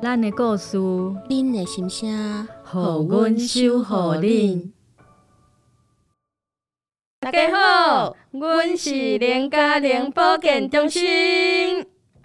咱的故事， 恁的心声， 互阮守护恁。 大家好， 阮是连家联保健中心。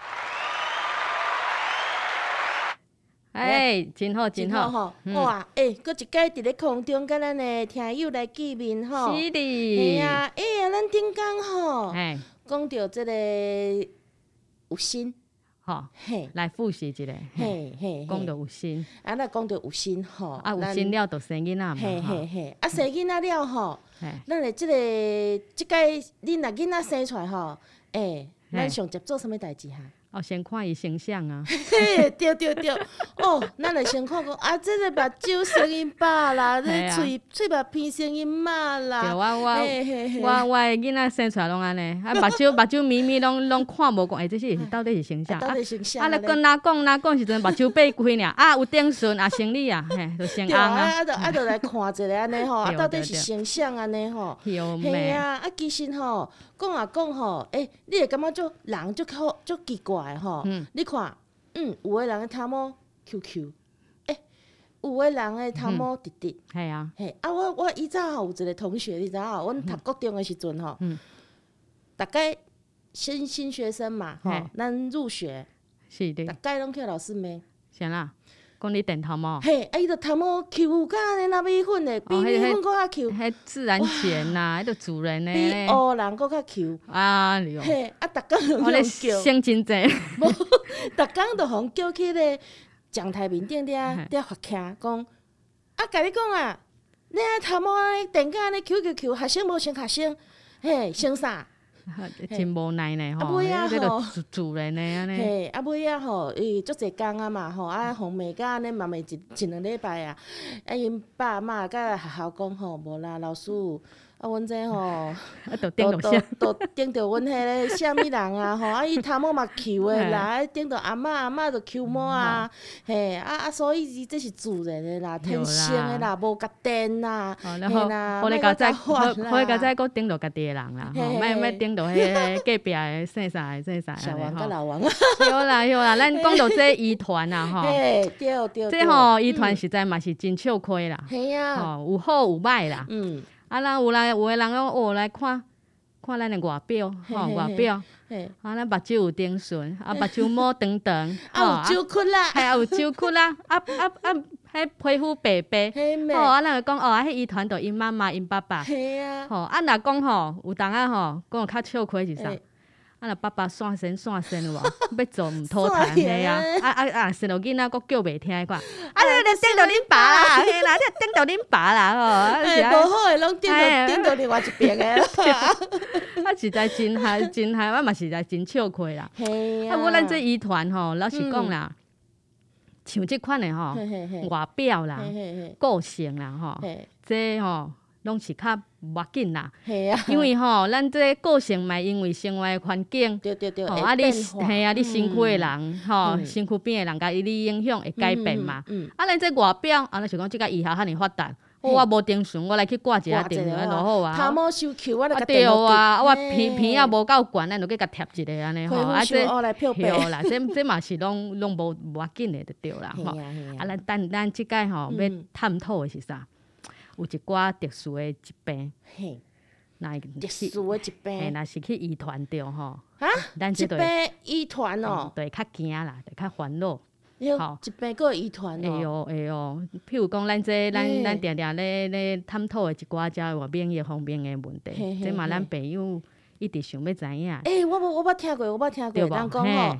真好，真好吼！哇，搁一摆伫咧空中，甲咱的听友来见面吼。 是的。 嘿啊，咱顶工吼，讲到即个有心， 吼， 嘿， 来复习一下， 嘿， 讲到有心， 咱讲到有心吼， 有心了就生囡仔嘛， 嘿，生囡仔了吼，咱的即摆恁若囡仔生出来吼，咱上接做啥物代志哈？ 先看伊形象啊。 嘿，对，咱就先看讲这个目睭生因爸啦，这喙目鼻生因妈啦。 对，我的囡仔生出来拢安尼，目睭咪咪拢看无讲，这是到底是形象？ 到底形象？ 咧跟哪讲时阵目睭闭开尔，有顶顺生理啊，就先红啊。 就来看一下安尼吼，到底是形象安尼吼。嘿啊，其实吼，讲吼，你会感觉人足奇怪吼。你看，有的人的头毛 QQ， 有的人的头毛直直。 系啊。 我以前吼有一个同学，你知影吼，阮读高中的时阵吼，大概新学生嘛，吼，咱入学， 是的， 大概拢叫老师骂。 啥啦？讲你电头毛？ 伊就头毛 Q 甲安尼那米粉的，比米粉搁较 Q。 迄自然卷呐，迄个主人呢？ 比黑人搁较 Q。 啊，对。 逐工就互叫。 生真济。 无，逐工就互叫去咧讲台面顶遐发徛，讲甲你讲啊，你头毛安尼电甲安尼 Q， 学生无穿学生，穿啥？ 真无奈呢吼， 尾仔吼， 主人呢安尼。 尾仔吼，伊足济工啊嘛吼，互骂甲安尼嘛骂一两礼拜啊，因爸妈甲学校讲吼，无啦，老师，阮这吼， 都顶着啥？ 都顶着阮迄个啥物人啊吼，伊头毛嘛 Q 的啦，顶着阿嬷就 Q 毛啊，所以伊这是自然的啦，天生的啦，无甲电啦，嘿啦， 好你甲再，搁顶着家己的人啦，莫顶着迄个隔壁的姓啥的姓啥小王甲老王。 对啦，咱讲到这遗传啦吼， 对， 这吼遗传实在嘛是真笑亏啦， 嘿啊， 有好有歹啦，咱有的人来看咱的外表，外表，咱目睭有顶顺，目睭毛长长， 有酒窟啦， 有酒窟啦，迄皮肤白白，咱就讲迄遗传着因妈妈因爸爸，若讲吼有当仔吼讲较笑亏是啥？若爸爸线线有无？要做毋讨谈嘿啊！生落囡仔佫叫袂听看，你顶着恁爸啦，嘿啦，你顶着恁爸啦吼， 无好诶，拢顶着另外一边诶啦。 实在真害，我嘛实在真笑亏啦。我咱这遗传吼，老实讲啦，像即款诶吼，外表啦、个性啦吼，这吼拢是较无要紧啦。因为吼，咱这个性嘛，因为生活环境， 对， 你身躯诶人吼，身躯边诶人甲你影响会改变嘛。咱这外表，咱想讲即个医学遐尼发达。我无定顺，我来去挂一下定就好啊。 头毛收扣，我来甲对啊，我鼻啊无够悬，咱就去甲贴一个安尼吼。对啦，这嘛是拢无要紧的，就对啦吼。咱即摆吼要探讨的是啥？有一寡特殊的疾病。 特殊的疾病。 若是去遗传着吼。 疾病遗传哦。 对，较惊啦，就较烦恼。 疾病佫遗传哦。会哦，譬如讲咱定定咧探讨的一寡遮免疫方面的问题，这嘛咱朋友一直想要知影。 我捌听过，人讲吼，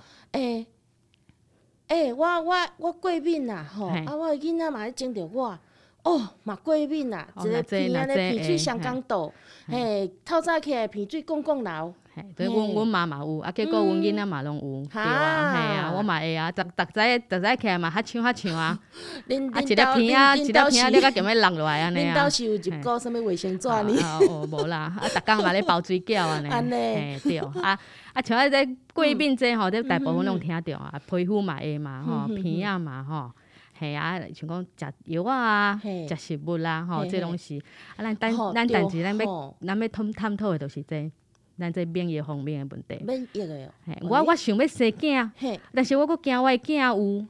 我过敏啦吼，我的囡仔嘛咧争着我。嘛过敏啦，一个鼻安尼鼻水双港倒，透早起来鼻水汞流。 对，阮妈嘛有，结果阮囡仔嘛拢有，对啊，我嘛会啊，逐早起来嘛较呛啊，一粒鼻啊，你甲咸要落落来安尼啊。 恁兜是有入过啥物卫生纸呢？ 无啦，逐工嘛咧包水饺安尼。对，像这过敏这吼，这大部分拢听着啊，皮肤嘛会嘛吼，鼻啊嘛吼。像讲食药啊，食食物啦，吼，这拢是。咱但是咱要探讨的就是这，咱这免疫方面的问题。 免疫的我想要生囝，但是我佫惊我的囝有，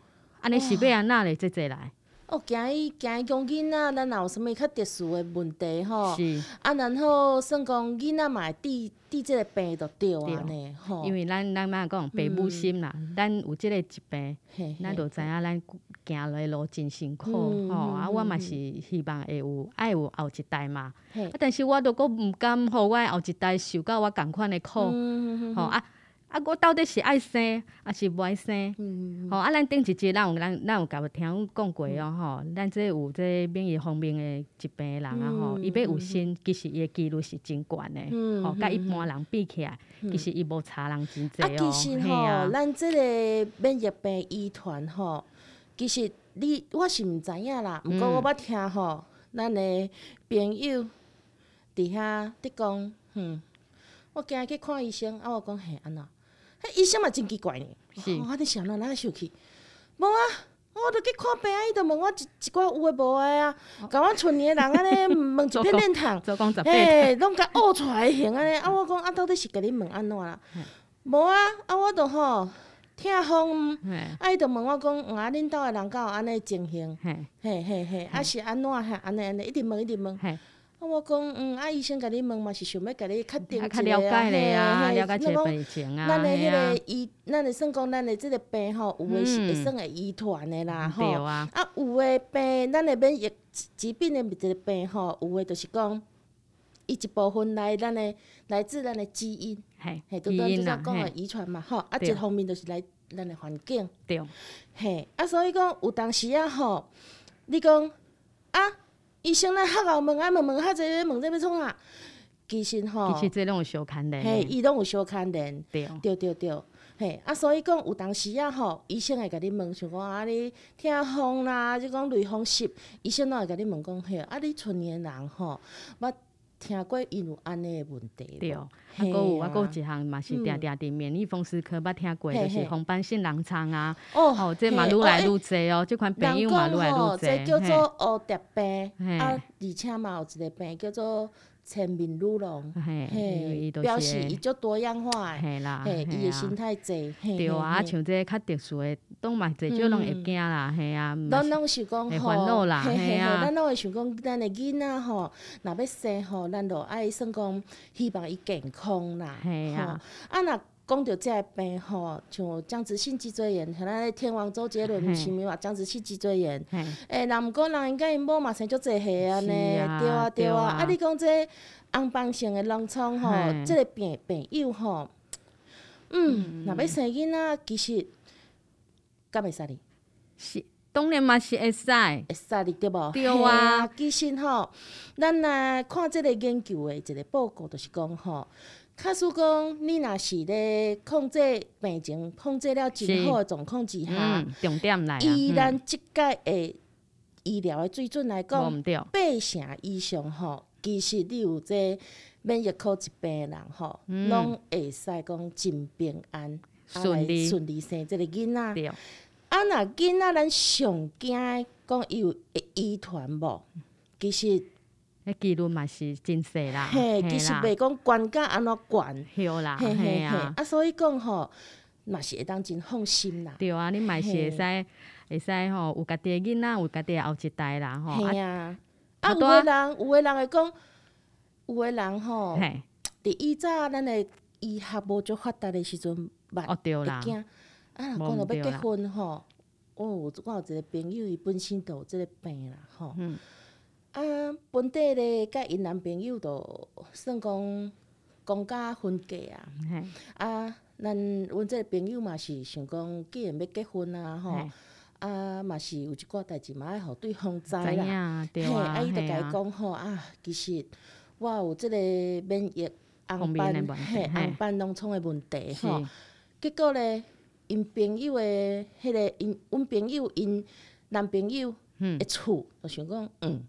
安尼是要安那咧？这来？ 惊伊讲囡仔，咱若有啥物较特殊诶问题吼， 是然后算讲囡仔嘛会治即个病就对啊呢吼。 因为咱莫讲父母心啦，咱有即个疾病，咱就知影咱行来路真辛苦吼。我嘛是希望会有后一代嘛，但是我都阁毋甘互我后一代受到我共款的苦吼我到底是爱生还是无爱生？咱顶一集咱有甲听讲过吼，咱这有这免疫方面的疾病的人吼，伊要有生，其实伊的几率是真悬的，甲一般人比起来，其实伊无差人真济其实吼，咱这个免疫病遗传吼，其实我是毋知影啦，毋过我捌听吼，咱的朋友伫遐伫讲，我今日去看医生，我讲嘿安怎？迄医生嘛真奇怪呢，我伫想哪会生气？无啊，我著去看病，伊著问我一寡有诶无诶啊，甲我村里诶人安尼问一片面堂，拢甲挖出来型安尼。我讲到底是甲你问安怎啦？无啊，我著吼听风，伊著问我讲，恁兜诶人敢有安尼情形？是安怎安尼一直问。我讲，医生甲你问嘛，是想要甲你确定一下了解咧啊，了解一个病情啊。 咱的迄个咱会算讲，咱的即个病吼，有诶是会算会遗传的啦，吼。有诶病，咱的免疫疾病的一个病吼，有诶就是讲，伊一部分来自咱的基因， 基因啦， 讲的遗传嘛，吼。一方面就是来咱的环境， 对。 所以讲有当时吼，你讲医生咧，学校问较济，问这要创啥？其实这拢有相牵连。 伊拢有相牵连。 对。 所以讲有当时吼，医生会甲你问，像讲你听风啦，即讲类风湿，医生拢会甲你问讲，你村里人吼，捌听过因有安尼诶问题？ 对。还有一项嘛是定伫免疫风湿科捌听过，就是红斑性狼疮啊。这嘛愈来愈侪即款病友嘛愈来愈侪。 这叫做蝴蝶病，而且嘛有一个病叫做千面女郎，表示伊足多样化诶，伊诶形态侪。 对啊，像这较特殊诶，拢嘛侪少人会惊啦， 咱拢是讲会烦恼啦， 咱拢会想讲，咱诶囡仔吼，若要生吼，咱就爱算讲，希望伊健康啦。若讲到这个病吼，像僵直性脊椎炎，像咱天王周杰伦是咪话僵直性脊椎炎？若毋过人因甲因某嘛生足济岁安尼，对啊。你讲这红斑性的狼疮吼，这个病友吼，若要生囡仔，其实敢会使哩？ 是，当然嘛是会使哩，对无？ 对啊。 其实吼，咱来看这个研究的一个报告，就是讲吼。假使讲，你若是咧控制病情，控制了真好诶状况之下， 重点来以咱即届诶医疗诶水准来讲，8成以上吼，其实你有这免疫科疾病诶人吼，拢会使讲真平安，顺利生即个囡仔。若囡仔咱上惊讲伊有遗传无，其实。 迄几率嘛是真细啦， 其实袂讲悬甲安怎悬，所以讲吼，嘛是会当真放心啦。 对啊，你嘛是会使吼，有家己诶囡仔，有家己诶后一代啦吼。 有诶人会讲，有诶人吼，伫以早咱诶医学无足发达诶时阵，会惊。讲到要结婚吼，我有一个朋友，伊本身就有即个病啦吼。本地咧，甲因男朋友就算讲公家分家啊。阮这个朋友嘛是想讲，既然要结婚啊吼，嘛是有一寡代志嘛爱互对方知啦。伊就甲伊讲吼其实我有即个免疫红斑狼疮的问题吼。结果咧，因朋友的迄个阮朋友因男朋友的厝，就想讲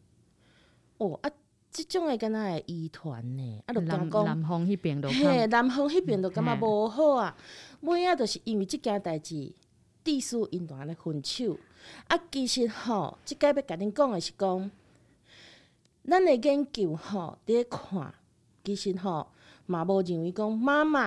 即种诶，敢若会遗传呢？就讲南方迄边就南方迄边就感觉无好啊。尾仔就是因为即件代志，致使因安尼分手。其实吼，即摆要甲恁讲诶是讲，咱诶研究吼，伫咧看，其实吼嘛无认为讲妈妈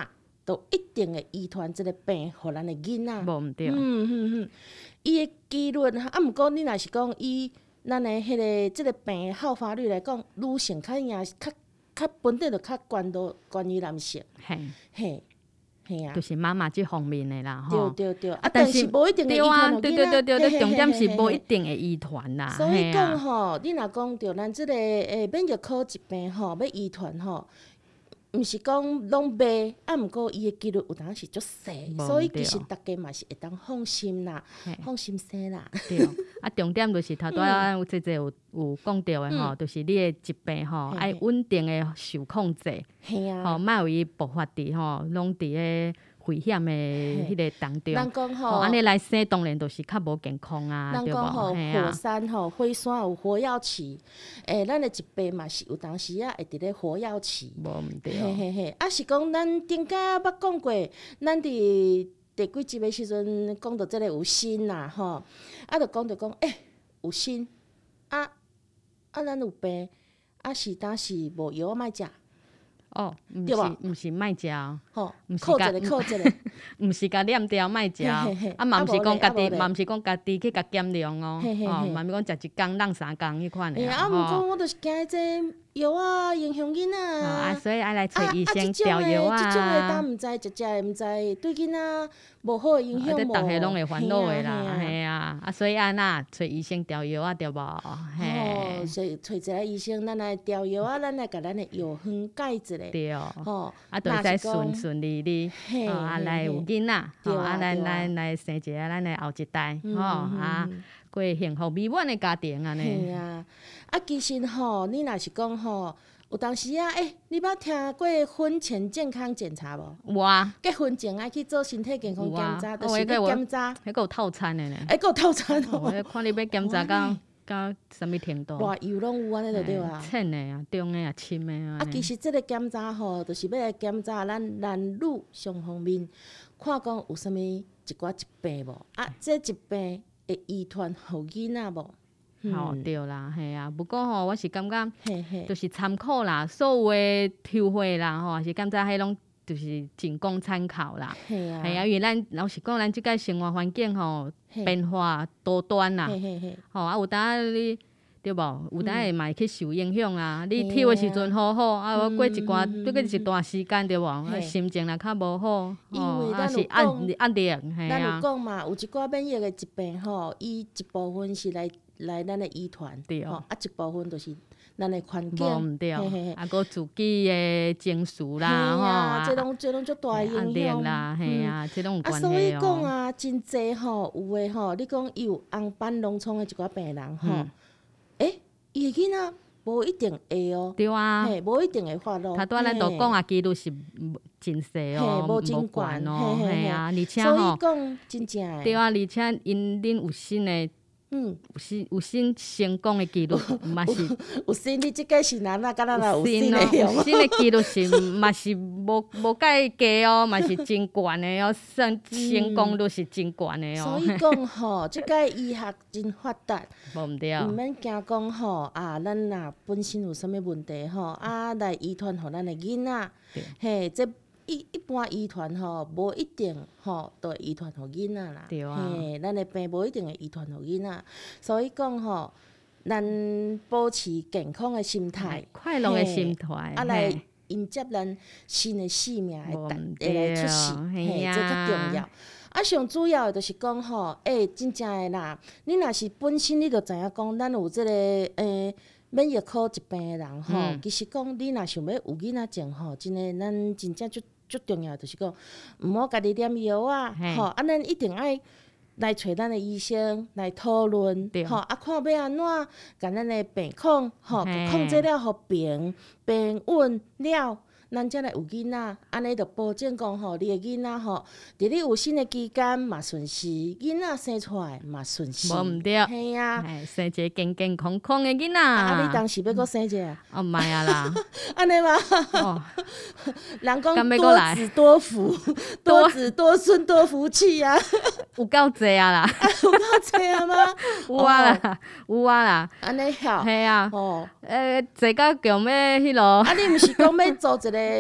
都一定会遗传即个病互咱的囡仔。 无毋对。 伊的几率毋过你若是讲以咱的迄个即个病的好发率来讲，女性较赢较本地就较悬于男性。嘿。 就是妈妈即方面的啦， 对，但是无一定会遗传互囡仔。 对，重点是无一定会遗传啦。 所以讲吼，你若讲着咱即个免疫科疾病吼，要遗传吼，毋是讲拢袂，毋过伊的几率有当是足细，所以其实大家嘛是会当放心啦，放心生啦。 对，重点就是头拄仔有讲到的吼，就是你的疾病吼，爱稳定的受控制，吼，莫有伊爆发伫吼，拢伫咧危险的迄个当中。 咱讲吼， 安尼来生当然就是较无健康啊，对无？ 咱讲吼，火山吼，火山有火药期，咱的疾病嘛是有当时会伫咧火药期。 无毋对。 是讲咱顶下捌讲过，咱伫第几集的时阵讲到即个有锌啦，吼，就讲着讲，有锌，咱有病，是当时无药莫食。毋是莫食吼，靠一个， 毋是甲念掉莫食，嘛毋是讲家己，嘛毋是讲家己去甲减量哦，嘛毋是讲食一工当3工迄款的。 毋过我就是惊即药影响囡仔。 所以爱来找医生调药啊。 即种的当毋知，食的毋知，对囡仔无好的影响无。 逐个拢会烦恼的啦，嘿啊，所以安那找医生调药啊，对无？ 所以找一个医生，咱来调药啊，咱来甲咱的药方改一下。 对，就会使顺利，来有囡仔，咱来生一个咱的后一代，过幸福美满的家庭安尼。 其实吼，你若是讲吼，有当时你捌听过婚前健康检查无？ 有啊。 结婚前爱去做身体健康检查，就是你检查。 还有套餐的呢。 还有套餐哦。 看你要检查到什么程度？ 偌油拢有安尼就对啊。 浅的啊，中的啊，深的啊。 其实这个检查吼，就是要来检查咱男女双方面，看讲有啥物一寡疾病无？这疾病会遗传互囡仔无？ 对啦，嘿啊。不过吼，我是感觉，就是参考啦，所有的抽血啦，吼，是感觉迄拢就是仅供参考啦。 系啊， 因为咱老实讲，咱即个生活环境吼变化多端啦，有当你对无？有当会嘛会去受影响啊。你抽的时阵好好，我过一段时间对无？心情若较无好，是压力， 咱有讲嘛，有一寡免疫的疾病吼，伊一部分是来咱的遗传， 对， 一部分就是咱的环境， 无毋对，搁自己的情绪啦， 这拢足大影响啦，嘿啊，这拢有关系哦。 所以讲真济吼，有诶吼，你讲伊有红斑狼疮的一寡病人吼，伊的囡仔无一定会哦， 对啊， 无一定会发咯。 头拄咱都讲几率是真细哦，无悬哦，嘿啊，而且吼， 所以讲真正诶， 对啊，而且恁有新的。有新成功的记录，嘛是有新的即个是哪敢若有新的有新的记录是嘛是无介低哦，嘛是真悬的哦，成功率是真悬的哦。 所以讲吼，即个医学真发达， 无毋对， 毋免惊讲吼咱若本身有啥物问题吼来遗传互咱的囡仔，嘿，这。一般遗传吼，无一定吼，都会遗传互囡仔啦。 对啊。 咱的病无一定会遗传互囡仔，所以讲吼，咱保持健康的心态， 快乐的心态， 来迎接咱新的生命会来出世，这较重要。上主要的就是讲吼，真正的啦，你若是本身你就知影讲，咱有即个免疫科疾病的人吼，其实讲你若想要有囡仔症吼，真的咱真正足重要，就是讲毋好家己念药啊，咱一定爱来找咱的医生来讨论，看要安怎，甲咱的病况控制了互平稳了。咱才来有囡仔，安尼就保证讲吼，你的囡仔吼，伫你有生的期间嘛顺时，囡仔生出来嘛顺时， 无毋对， 嘿啊， 生一个健健康康的囡仔。 你当时要搁生一个？ 毋莫啊啦， 安尼嘛，人讲多子多福，多子多孙多福气啊， 有够济啊啦， 有够济啊吗？ 有啊啦， 安尼好， 嘿啊，济到强要迄落。 你毋是讲要做一个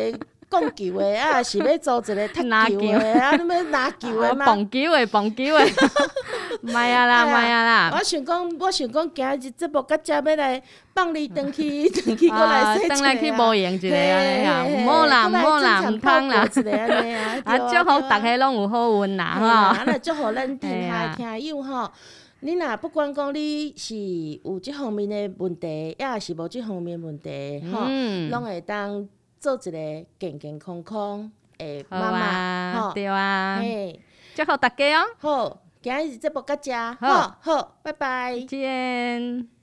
讲球的，啊是要组一个踢球的，啊你要拿球的吗？ 棒球的，莫啊啦。 我想讲，今日节目到遮要来放你转去过来说一个转来去无闲一个安尼啊，毋好啦，毋通啦。祝福大家拢有好运啦，吼。 啊，那祝福咱电台听友吼。你若不管讲你是有即方面的问题，也是无即方面的问题，吼，拢会当做一个健健康康的妈妈，吼， 对啊， 嘿， 祝福大家哦。 好，今日节目到遮，好，拜拜， 见。